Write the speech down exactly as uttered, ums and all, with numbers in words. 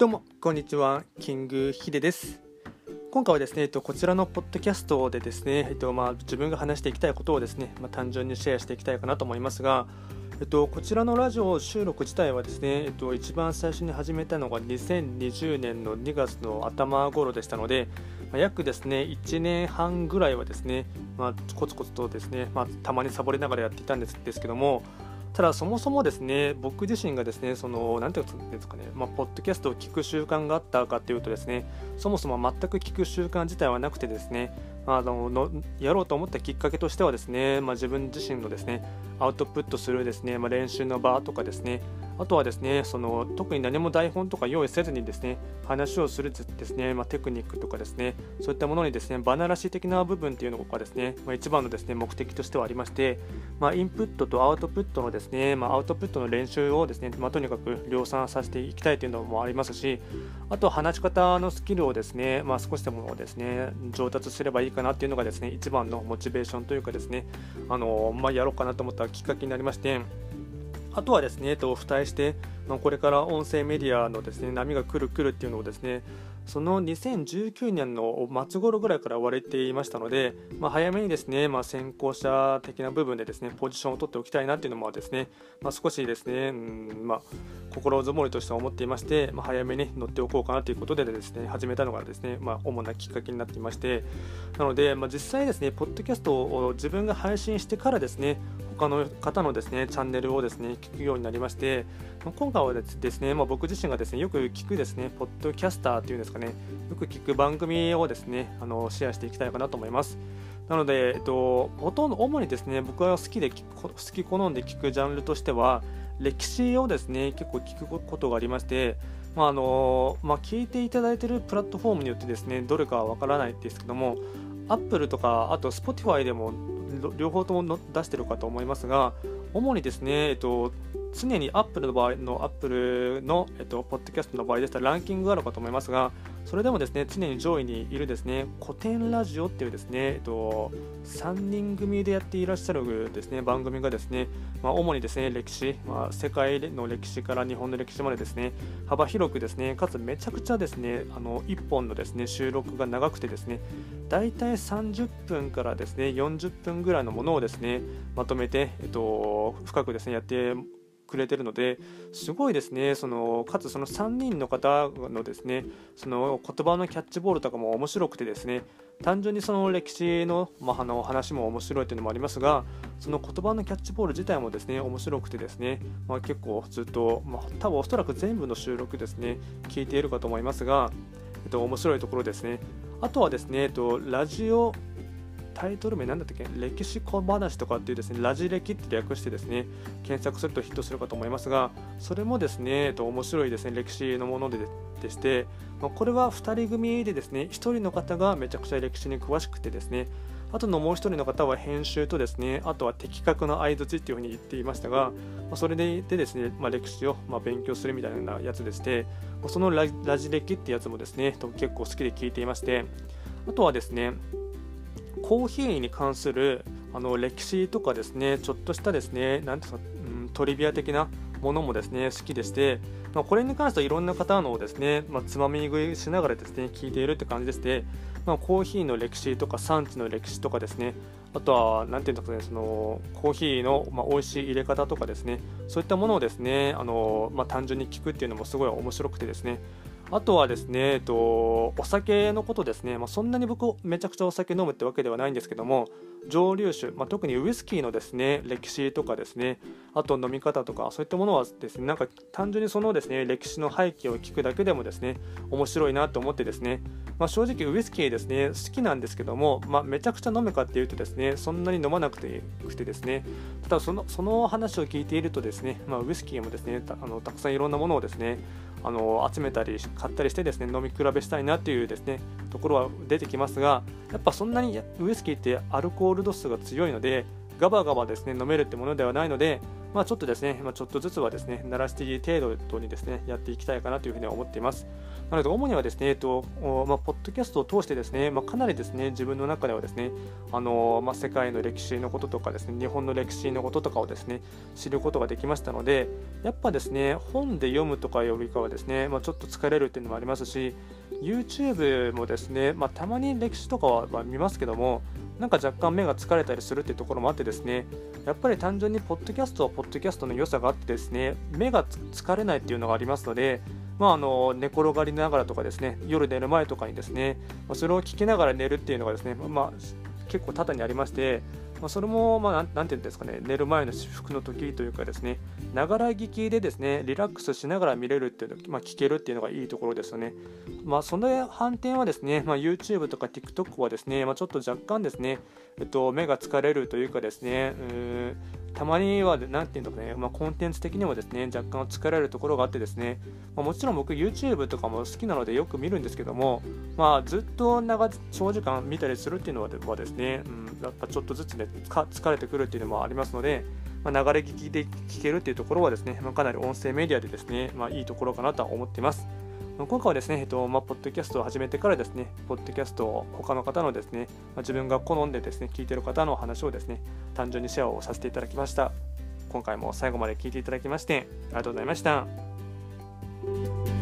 どうもこんにちは、キングヒデです。今回はですね、えっと、こちらのポッドキャストでですね、えっとまあ、自分が話していきたいことをですね、まあ、単純にシェアしていきたいかなと思いますが、えっと、こちらのラジオ収録自体はですね、えっと、一番最初に始めたのがにせんにじゅうねんのにがつの頭頃でしたので、まあ、約ですねいちねんはんぐらいはですね、まあ、コツコツとですね、まあ、たまにサボりながらやっていたんですですけども、ただそもそもですね、僕自身がですね、そのなんていうんですかね、まあ、ポッドキャストを聞く習慣があったかというとですね、そもそも全く聞く習慣自体はなくてですね、あののやろうと思ったきっかけとしてはですね、まあ、自分自身のですね、アウトプットするですね、まあ、練習の場とかですね、あとはですね、その特に何も台本とか用意せずにですね、話をするですね、まあ、テクニックとかですね、そういったものにですね、バナらし的な部分っていうのがですね、まあ、一番のですね、目的としてはありまして、まあ、インプットとアウトプットのですね、まあ、アウトプットの練習をですね、まあ、とにかく量産させていきたいというのもありますし、あと話し方のスキルをですね、まあ、少しでもですね、上達すればいいかなっていうのがですね、一番のモチベーションというかですね、あのまあ、やろうかなと思ったきっかけになりまして、あとはですね、と付帯して、まあ、これから音声メディアのですね、波が来る来るっていうのをですね、そのにせんじゅうきゅうねんの末頃ぐらいから言われていましたので、まあ、早めにですね、まあ、先行者的な部分でですね、ポジションを取っておきたいなっていうのもですね、まあ、少しですね、うんまあ、心づもりとしては思っていまして、まあ、早めに乗っておこうかなということでですね、始めたのがですね、まあ、主なきっかけになっていまして、なので、まあ、実際ですね、ポッドキャストを自分が配信してからですね、他の方のですね、チャンネルをですね、聞くようになりまして、今回はですね、まあ、僕自身がですね、よく聞くですね、ポッドキャスターというんですかね、よく聞く番組をですね、あのシェアしていきたいかなと思います。なので、えっと、ほとんど主にですね、僕が好きで好き好んで聞くジャンルとしては、歴史をですね、結構聞くことがありまして、まああのまあ、聞いていただいているプラットフォームによってですね、どれかはわからないんですけども、Apple とか、あと Spotify でも両方とも出しているかと思いますが、主にですね、えっと、常に Apple の場合の Apple の、えっと、ポッドキャストの場合でしたらランキングがあるかと思いますが、それでもですね、常に上位にいるですね、古典ラジオっていうですね、えっと、さんにん組でやっていらっしゃるですね、番組がですね、まあ、主にですね、歴史、まあ、世界の歴史から日本の歴史までですね、幅広くですね、かつめちゃくちゃですね、あのいっぽんのですね、収録が長くてですね、だいたいさんじゅっぷんからですね、よんじゅっぷんぐらいのものをですね、まとめて、えっと、深くですね、やってくれてるので、すごいですね、そのかつそのさんにんの方のですね、その言葉のキャッチボールとかも面白くてですね、単純にその歴史の、まあ、あの話も面白いというのもありますが、その言葉のキャッチボール自体もですね、面白くてですね、まあ、結構ずっと、まあ、多分おそらく全部の収録ですね、聞いているかと思いますが、えっと、面白いところですね。あとはですね、えっと、ラジオタイトル名なんだったっけ、歴史小話とかっていうですね、ラジ歴って略してですね、検索するとヒットするかと思いますが、それもですね、えっと、面白いですね、歴史のものででして、まあ、これはふたり組でですね、ひとりの方がめちゃくちゃ歴史に詳しくてですね、あとのもうひとりの方は編集とですね、あとは的確な相槌っていうふうに言っていましたが、まあ、それででですね、まあ、歴史をまあ勉強するみたいなやつでして、そのララジ歴ってやつもですね、結構好きで聞いていまして、あとはですね、コーヒーに関するあの歴史とかですね、ちょっとしたですね、なんていうか、うん、トリビア的なものもですね、好きでして、まあ、これに関してはいろんな方のをですね、まあ、つまみ食いしながらですね、聞いているって感じでして、まあ、コーヒーの歴史とか産地の歴史とかですね、あとはなんていうんですかね、そのコーヒーのまあ美味しい入れ方とかですね、そういったものをですね、あのまあ、単純に聞くっていうのもすごい面白くてですね。あとはですね、えっと、お酒のことですね、まあ、そんなに僕めちゃくちゃお酒飲むってわけではないんですけども、蒸留酒、まあ、特にウイスキーのですね、歴史とかですね、あと飲み方とかそういったものはですね、なんか単純にそのですね、歴史の背景を聞くだけでもですね、面白いなと思ってですね、まあ、正直ウイスキーですね、好きなんですけども、まあ、めちゃくちゃ飲むかっていうとですね、そんなに飲まなくてくてですね、ただそのその話を聞いているとですね、まあ、ウイスキーもですね、たあのたくさんいろんなものをですね、あの集めたり買ったりしてですね、飲み比べしたいなというですね、ところは出てきますが、やっぱそんなにウイスキーってアルコール度数が強いので、ガバガバですね飲めるってものではないので、 まあ、ちょっとですね、まあ、ちょっとずつはですね、慣らしていい程度にですね、やっていきたいかなというふうに思っています。なので、主にはですね、えっと、おまあ、ポッドキャストを通してですね、まあ、かなりですね、自分の中ではですね、あのまあ、世界の歴史のこととかですね、日本の歴史のこととかをですね、知ることができましたので、やっぱですね、本で読むとかよりかはですね、まあ、ちょっと疲れるっていうのもありますし、YouTube もですね、まあ、たまに歴史とかはまあ見ますけども、なんか若干目が疲れたりするっていうところもあってですね、やっぱり単純にポッドキャストはポッドキャストの良さがあってですね、目が疲れないっていうのがありますので、まあ、あの寝転がりながらとかですね、夜寝る前とかにですね、まあそれを聞きながら寝るっていうのがですね、まあ、結構多々にありまして、まあ、それも、まあ、なんなんていうんですかね、寝る前の至福の時というかですね、ながら聞きでですね、リラックスしながら見れるっていうの、まあ、聞けるっていうのがいいところですよね。まあ、その反転はですね、まあ、YouTube とか TikTok はですね、まあ、ちょっと若干ですね、えっと、目が疲れるというかですね、うーんたまには、なんていうのかね、まあ、コンテンツ的にもですね、若干疲れるところがあってですね、まあ、もちろん僕 YouTube とかも好きなのでよく見るんですけども、まあ、ずっと長長時間見たりするっていうのはですね、うん、やっぱちょっとずつね、疲れてくるっていうのもありますので、まあ、流れ聞きで聞けるっていうところはですね、まあ、かなり音声メディアでですね、まあ、いいところかなとは思っています。今回はですね、えっとまあ、ポッドキャストを始めてからですね、ポッドキャストを他の方のですね、まあ、自分が好んでですね、聞いている方の話をですね、単純にシェアをさせていただきました。今回も最後まで聞いていただきまして、ありがとうございました。